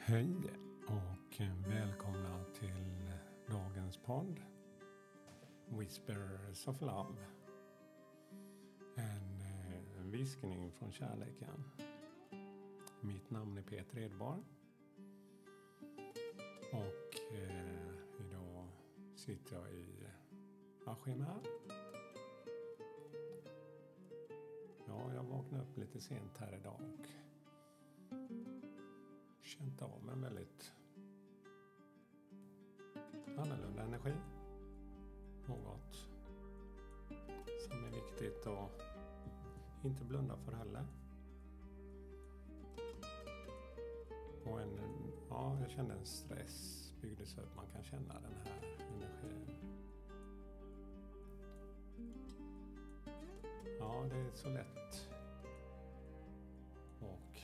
Hej och välkomna till dagens podd Whispers of Love. En viskning från kärleken. Mitt namn är Peter Edborg. Och idag sitter jag i Askim här. Ja, jag vaknade upp lite sent här idag och känt av en väldigt annorlunda energi. Något som är viktigt att inte blunda för heller. Och jag kände en stress byggdes upp. Man kan känna den här energin. Ja, det är så lätt. Och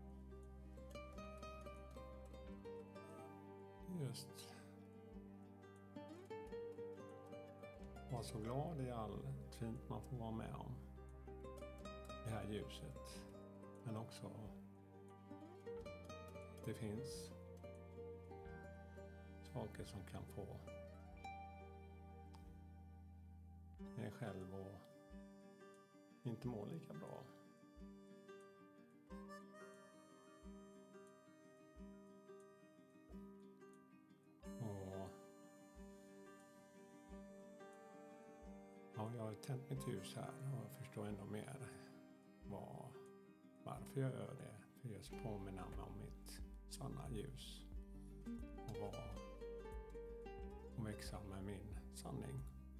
just vara så glad i allt fint man får vara med om. Det här ljuset. Men också det finns saker som kan få mig själv och inte må lika bra. Och jag har tänt mitt ljus här och jag förstår ändå mer varför jag gör det. För just påminna mig om mitt sanna ljus. Och växa med min sanning.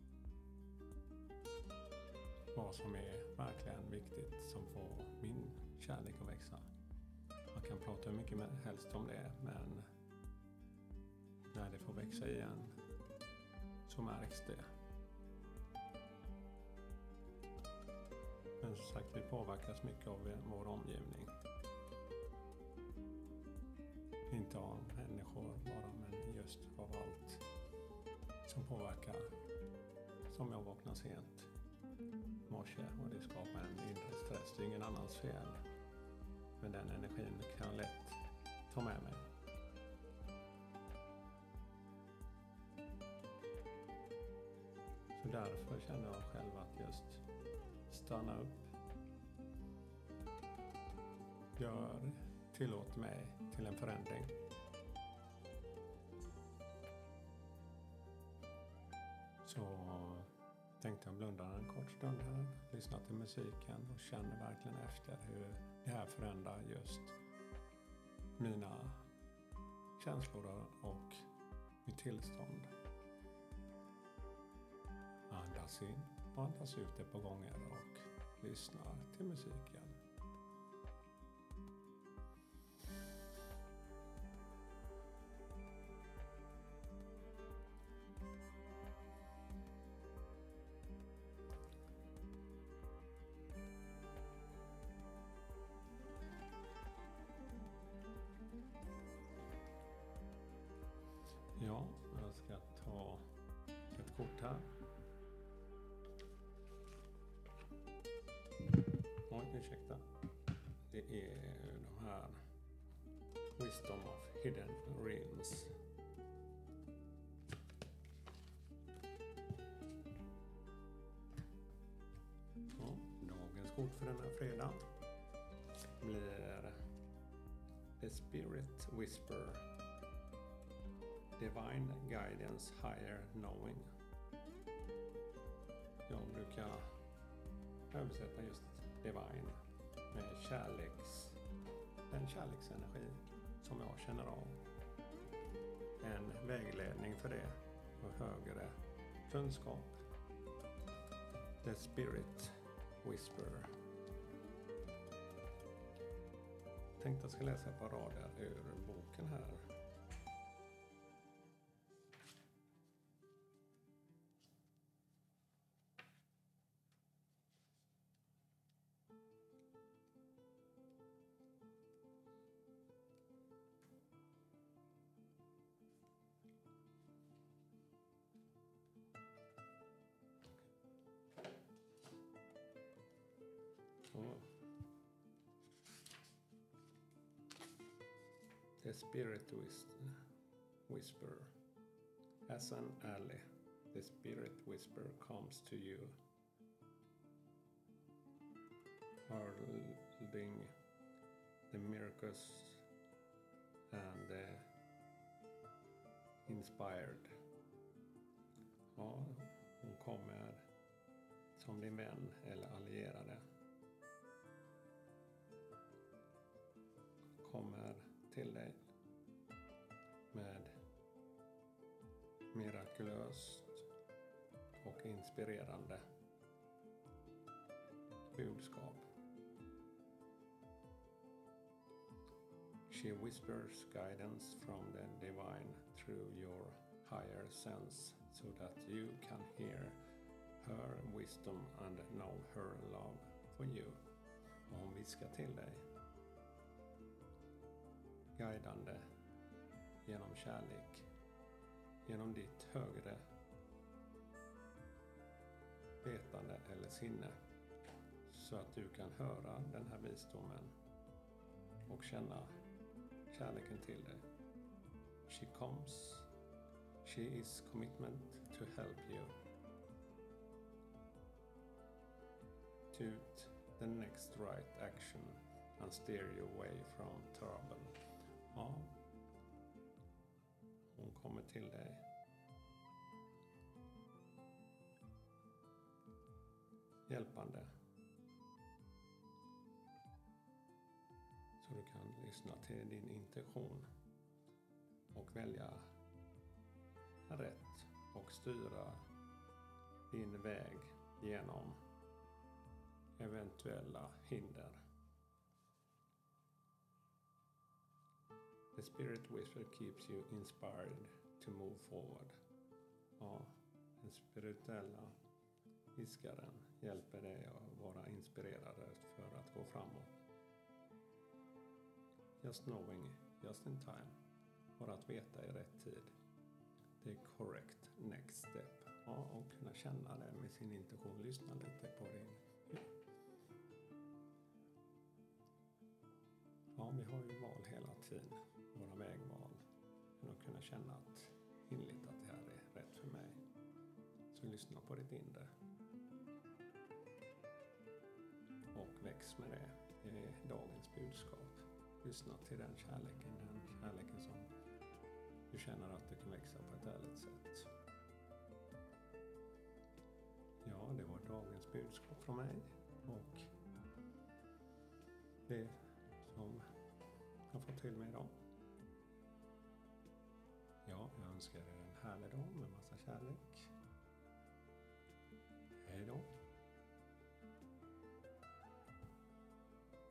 Vad som är verkligen viktigt som får min kärlek att växa. Man kan prata hur mycket helst om det, men när det får växa igen så märks det. Men som sagt, vi påverkas mycket av vår omgivning. Inte av människor bara, men just av allt som påverkar. Som jag vaknar sent i morse och det skapar en inre stress. Det är ingen annans fel. Men den energin kan jag lätt ta med mig. Så därför känner jag själv att just stanna upp. Tillåt mig till en förändring. Så tänkte jag blunda en kort stund här, lyssna till musiken och känner verkligen efter hur det här förändrar just mina känslor och mitt tillstånd. Andas in och andas ut ett par gånger och lyssnar till musiken. Ja, jag ska ta ett kort här. Ursäkta. Det är de här Wisdom of Hidden Realms. Ja, dagens kort för den här fredag blir The Spirit Whisper, Divine Guidance, Higher Knowing. Jag brukar översätta just Divine med den kärleksenergi som jag känner av. En vägledning för det och högre kunskap. The Spirit Whisper. Jag tänkte jag ska läsa ett par rader ur boken här. The Spirit Whisper. As an ally, the Spirit Whisper comes to you, heralding the miracles and the inspired. Ja, hon kommer som din vän eller allierade. Kommer till dig med mirakulöst och inspirerande budskap. She whispers guidance from the divine through your higher sense so that you can hear her wisdom and know her love for you. Och hon viskar till dig guidande genom kärlek, genom ditt högre vetande eller sinne, så att du kan höra den här visdomen och känna kärleken till dig. She is commitment to help you to the next right action and steer you away from trouble. Ja, hon kommer till dig hjälpande, så du kan lyssna till din intuition och välja rätt och styra din väg genom eventuella hinder. The Spirit Whisper keeps you inspired to move forward. Ja, den spirituella viskaren hjälper dig att vara inspirerad för att gå framåt. Just knowing, just in time. Bara att veta i rätt tid. The correct next step. Ja, och kunna känna det med sin intuition. Lyssna lite på din. Ja, vi har ju val hela tiden. Våra vägval. Men att kunna känna att inligt att det här är rätt för mig. Så lyssna på ditt inre. Och väx med det. Det är dagens budskap. Lyssna till den kärleken som du känner att du kan växa på ett ärligt sätt. Ja, det var dagens budskap från mig. Och det som jag fått till mig idag. Ja, jag önskar er